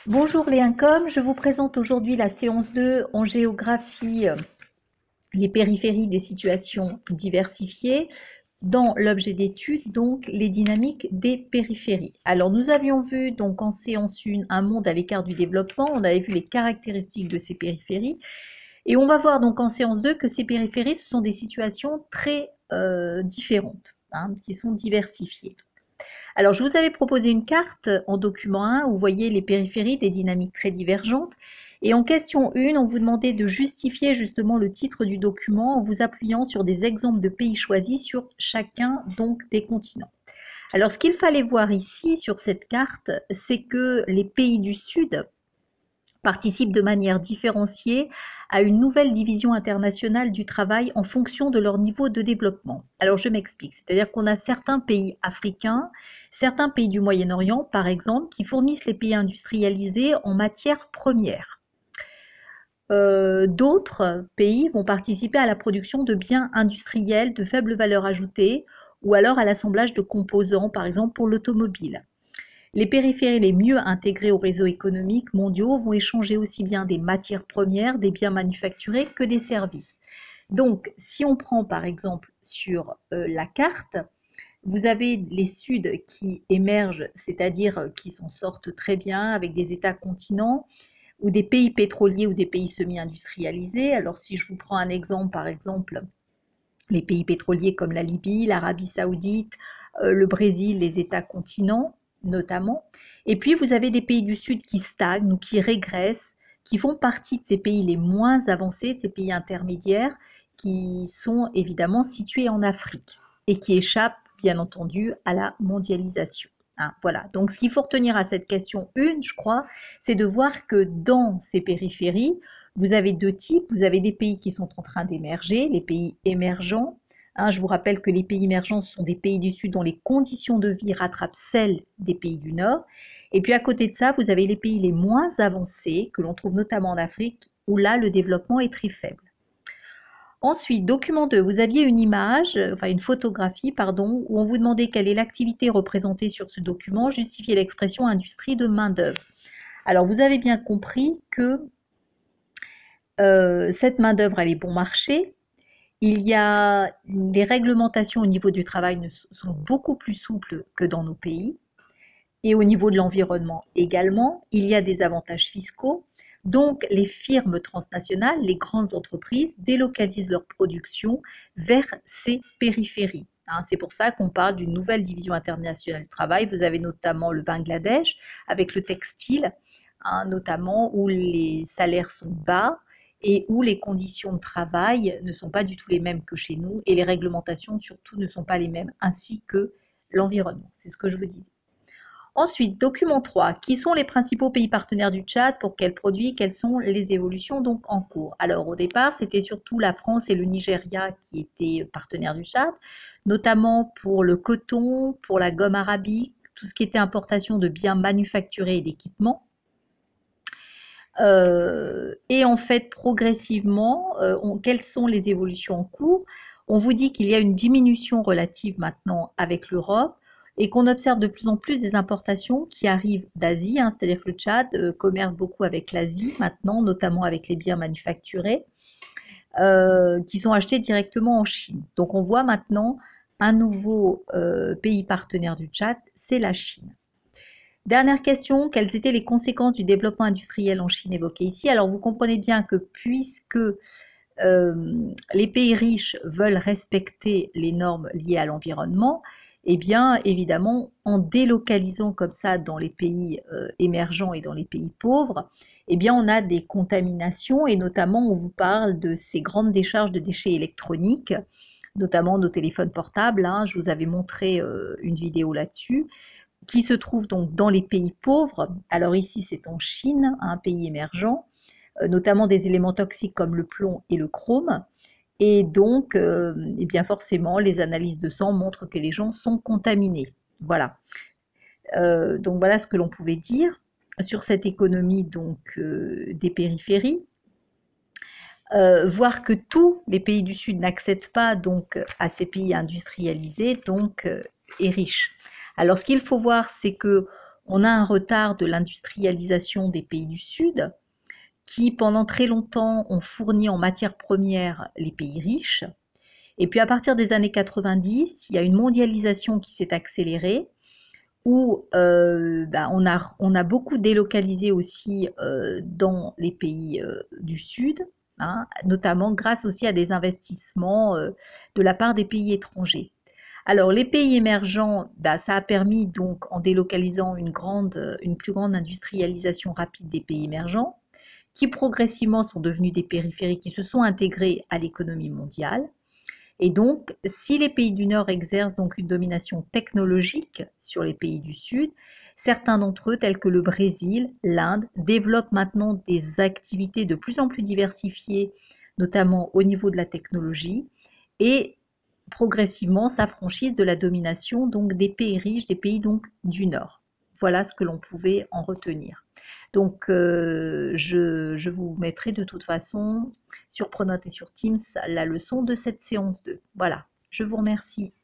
Bonjour les Incoms, je vous présente aujourd'hui la séance 2 en géographie, les périphéries des situations diversifiées, dans l'objet d'étude, donc les dynamiques des périphéries. Alors nous avions vu donc en séance 1 un monde à l'écart du développement, on avait vu les caractéristiques de ces périphéries, et on va voir donc en séance 2 que ces périphéries, ce sont des situations très différentes, qui sont diversifiées. Alors, je vous avais proposé une carte en document 1 où vous voyez les périphéries des dynamiques très divergentes. Et en question 1, on vous demandait de justifier justement le titre du document en vous appuyant sur des exemples de pays choisis sur chacun donc des continents. Alors, ce qu'il fallait voir ici sur cette carte, c'est que les pays du Sud participent de manière différenciée à une nouvelle division internationale du travail en fonction de leur niveau de développement. Alors je m'explique, c'est-à-dire qu'on a certains pays africains, certains pays du Moyen-Orient par exemple, qui fournissent les pays industrialisés en matières premières. D'autres pays vont participer à la production de biens industriels de faible valeur ajoutée ou alors à l'assemblage de composants, par exemple pour l'automobile. Les périphéries les mieux intégrées aux réseaux économiques mondiaux vont échanger aussi bien des matières premières, des biens manufacturés que des services. Donc, si on prend par exemple sur la carte, vous avez les Suds qui émergent, c'est-à-dire qui s'en sortent très bien avec des États-continents ou des pays pétroliers ou des pays semi-industrialisés. Alors, si je vous prends un exemple, par exemple, les pays pétroliers comme la Libye, l'Arabie Saoudite, le Brésil, les États-continents notamment. Et puis vous avez des pays du Sud qui stagnent ou qui régressent, qui font partie de ces pays les moins avancés, de ces pays intermédiaires, qui sont évidemment situés en Afrique et qui échappent bien entendu à la mondialisation. Voilà, donc ce qu'il faut retenir à cette question 1, je crois, c'est de voir que dans ces périphéries, vous avez deux types, vous avez des pays qui sont en train d'émerger, les pays émergents. Je vous rappelle que les pays émergents sont des pays du Sud dont les conditions de vie rattrapent celles des pays du Nord. Et puis à côté de ça, vous avez les pays les moins avancés, que l'on trouve notamment en Afrique, où là, le développement est très faible. Ensuite, document 2, vous aviez une image, enfin une photographie, pardon, où on vous demandait quelle est l'activité représentée sur ce document, justifier l'expression industrie de main-d'œuvre. Alors, vous avez bien compris que cette main-d'œuvre, elle est bon marché. Il y a les réglementations au niveau du travail sont beaucoup plus souples que dans nos pays. Et au niveau de l'environnement également, il y a des avantages fiscaux. Donc, les firmes transnationales, les grandes entreprises, délocalisent leur production vers ces périphéries. C'est pour ça qu'on parle d'une nouvelle division internationale du travail. Vous avez notamment le Bangladesh avec le textile, notamment où les salaires sont bas et où les conditions de travail ne sont pas du tout les mêmes que chez nous et les réglementations surtout ne sont pas les mêmes, ainsi que l'environnement. C'est ce que je vous disais. Ensuite, document 3, qui sont les principaux pays partenaires du Tchad, pour quels produits, quelles sont les évolutions donc en cours. Alors au départ, c'était surtout la France et le Nigeria qui étaient partenaires du Tchad, notamment pour le coton, pour la gomme arabique, tout ce qui était importation de biens manufacturés et d'équipements. Et en fait, progressivement, quelles sont les évolutions en cours? On vous dit qu'il y a une diminution relative maintenant avec l'Europe et qu'on observe de plus en plus des importations qui arrivent d'Asie, c'est-à-dire que le Tchad commerce beaucoup avec l'Asie maintenant, notamment avec les biens manufacturés, qui sont achetés directement en Chine. Donc on voit maintenant un nouveau pays partenaire du Tchad, c'est la Chine. Dernière question, quelles étaient les conséquences du développement industriel en Chine évoqué ici? Alors vous comprenez bien que puisque les pays riches veulent respecter les normes liées à l'environnement, eh bien évidemment en délocalisant comme ça dans les pays émergents et dans les pays pauvres, eh bien on a des contaminations et notamment on vous parle de ces grandes décharges de déchets électroniques, notamment nos téléphones portables, je vous avais montré une vidéo là-dessus, qui se trouve donc dans les pays pauvres. Alors ici, c'est en Chine, un pays émergent, notamment des éléments toxiques comme le plomb et le chrome. Et donc, eh bien forcément, les analyses de sang montrent que les gens sont contaminés. Voilà. Donc voilà ce que l'on pouvait dire sur cette économie donc des périphéries. Voir que tous les pays du Sud n'accèdent pas donc à ces pays industrialisés, donc et riches. Alors ce qu'il faut voir, c'est que On a un retard de l'industrialisation des pays du Sud qui, pendant très longtemps, ont fourni en matières premières les pays riches. Et puis à partir des années 90, il y a une mondialisation qui s'est accélérée où on a beaucoup délocalisé aussi dans les pays du Sud, hein, notamment grâce aussi à des investissements de la part des pays étrangers. Alors les pays émergents, ça a permis donc en délocalisant une plus grande industrialisation rapide des pays émergents, qui progressivement sont devenus des périphéries qui se sont intégrés à l'économie mondiale. Et donc, si les pays du Nord exercent donc une domination technologique sur les pays du Sud, certains d'entre eux, tels que le Brésil, l'Inde, développent maintenant des activités de plus en plus diversifiées, notamment au niveau de la technologie, et progressivement s'affranchissent de la domination donc des pays riches, des pays donc du Nord. Voilà ce que l'on pouvait en retenir. Donc, je vous mettrai de toute façon sur Pronote et sur Teams la leçon de cette séance 2. Voilà, je vous remercie.